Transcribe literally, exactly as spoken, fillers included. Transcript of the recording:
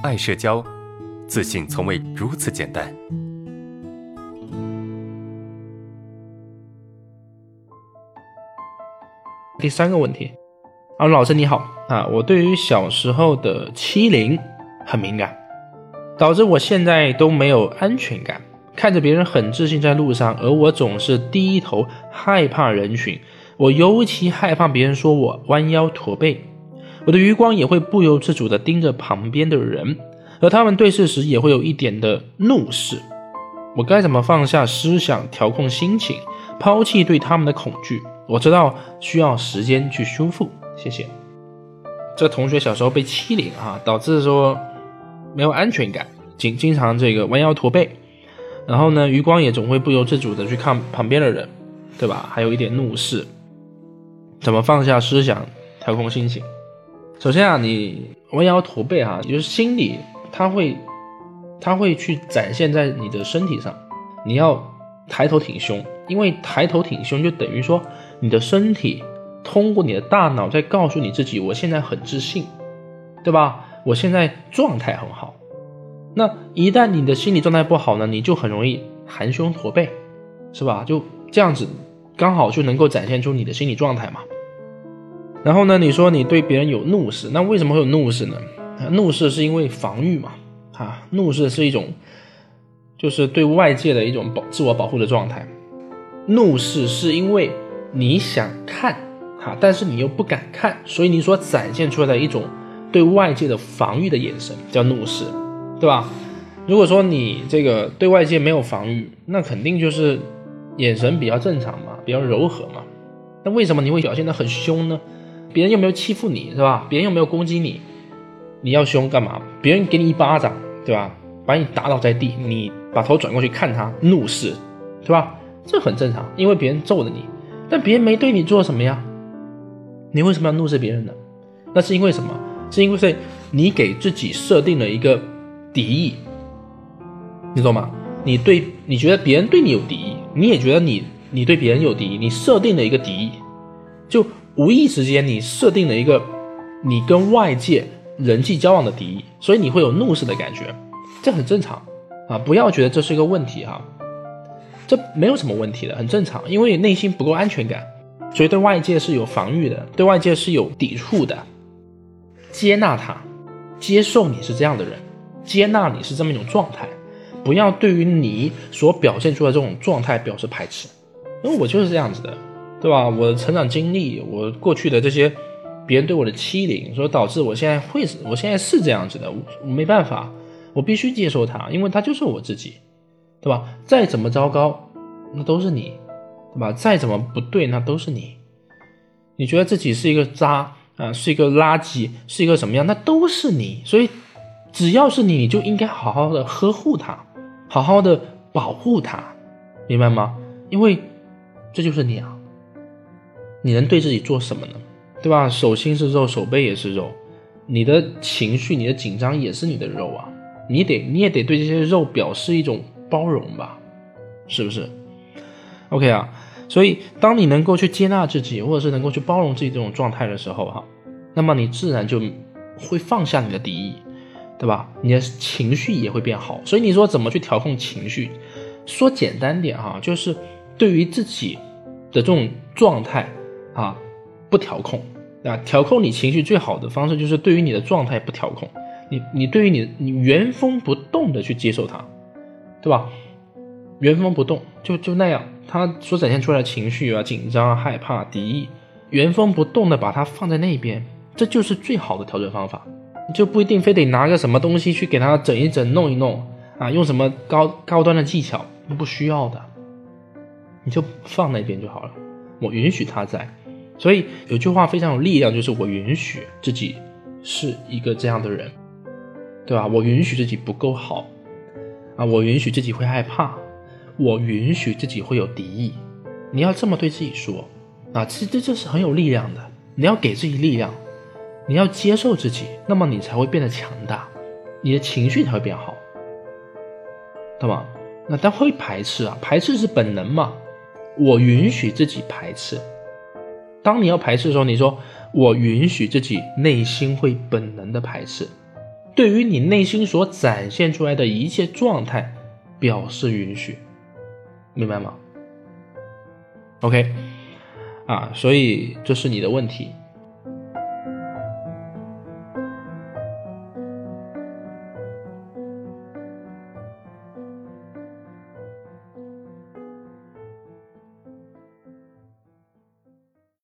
爱社交，自信从未如此简单。 第三个问题，啊，老师你好啊，我对于小时候的欺凌很敏感，导致我现在都没有安全感，看着别人很自信在路上，而我总是低头害怕人群，我尤其害怕别人说我弯腰驼背，我的余光也会不由自主地盯着旁边的人，而他们对视时也会有一点的怒视，我该怎么放下思想，调控心情，抛弃对他们的恐惧？我知道需要时间去修复，谢谢。这同学小时候被欺凌啊，导致说没有安全感，经经常这个弯腰驼背，然后呢余光也总会不由自主的去看旁边的人，对吧？还有一点怒视，怎么放下思想，调控心情？首先啊，你弯腰驼背啊，就是心理它会它会去展现在你的身体上，你要抬头挺胸，因为抬头挺胸就等于说你的身体通过你的大脑在告诉你自己，我现在很自信，对吧？我现在状态很好。那一旦你的心理状态不好呢，你就很容易含胸驼背，是吧？就这样子刚好就能够展现出你的心理状态嘛。然后呢，你说你对别人有怒视，那为什么会有怒视呢？怒视是因为防御嘛，啊，怒视是一种就是对外界的一种保自我保护的状态。怒视是因为你想看啊，但是你又不敢看，所以你所展现出来的一种对外界的防御的眼神叫怒视，对吧？如果说你这个对外界没有防御，那肯定就是眼神比较正常嘛，比较柔和嘛。那为什么你会表现得很凶呢？别人又没有欺负你，是吧？别人又没有攻击你，你要凶干嘛？别人给你一巴掌，对吧？把你打倒在地，你把头转过去看他，怒视，对吧？这很正常，因为别人揍了你，但别人没对你做什么呀，你为什么要怒视别人呢？那是因为什么？是因为你给自己设定了一个敌意，你懂吗？你对你觉得别人对你有敌意，你也觉得你你对别人有敌意，你设定了一个敌意，就无意之间你设定了一个你跟外界人际交往的敌意，所以你会有怒视的感觉，这很正常啊，不要觉得这是一个问题哈、啊，这没有什么问题的，很正常，因为内心不够安全感，所以对外界是有防御的，对外界是有抵触的。接纳它，接受你是这样的人，接纳你是这么一种状态，不要对于你所表现出来的这种状态表示排斥，因为我就是这样子的，对吧？我的成长经历，我过去的这些别人对我的欺凌，所以导致我现在会我现在是这样子的，我没办法，我必须接受它，因为它就是我自己，对吧？再怎么糟糕那都是你，对吧？再怎么不对那都是你，你觉得自己是一个渣啊，是一个垃圾，是一个什么样，那都是你，所以只要是你，你就应该好好的呵护它，好好的保护它，明白吗？因为这就是你啊，你能对自己做什么呢？对吧？手心是肉，手背也是肉，你的情绪，你的紧张也是你的肉啊，你得你也得对这些肉表示一种包容吧，是不是 ？OK 啊，所以当你能够去接纳自己，或者是能够去包容自己这种状态的时候哈，那么你自然就会放下你的敌意，对吧？你的情绪也会变好。所以你说怎么去调控情绪？说简单点哈，就是对于自己的这种状态啊，不调控啊，调控你情绪最好的方式就是对于你的状态不调控，你你对于你你原封不动的去接受它，对吧？原封不动，就就那样，他所展现出来的情绪啊，紧张、害怕、敌意，原封不动的把它放在那边，这就是最好的调整方法。你就不一定非得拿个什么东西去给它整一整、弄一弄啊，用什么高高端的技巧，不需要的，你就放那边就好了。我允许它在，所以有句话非常有力量，就是我允许自己是一个这样的人，对吧？我允许自己不够好啊，我允许自己会害怕，我允许自己会有敌意。你要这么对自己说啊，其实这是很有力量的。你要给自己力量，你要接受自己，那么你才会变得强大，你的情绪才会变好，对吗？那但会排斥啊，排斥是本能嘛，我允许自己排斥。当你要排斥的时候，你说我允许自己内心会本能的排斥， 对于你内心所展现出来的一切状态表示允许，明白吗？ OK 啊，所以这是你的问题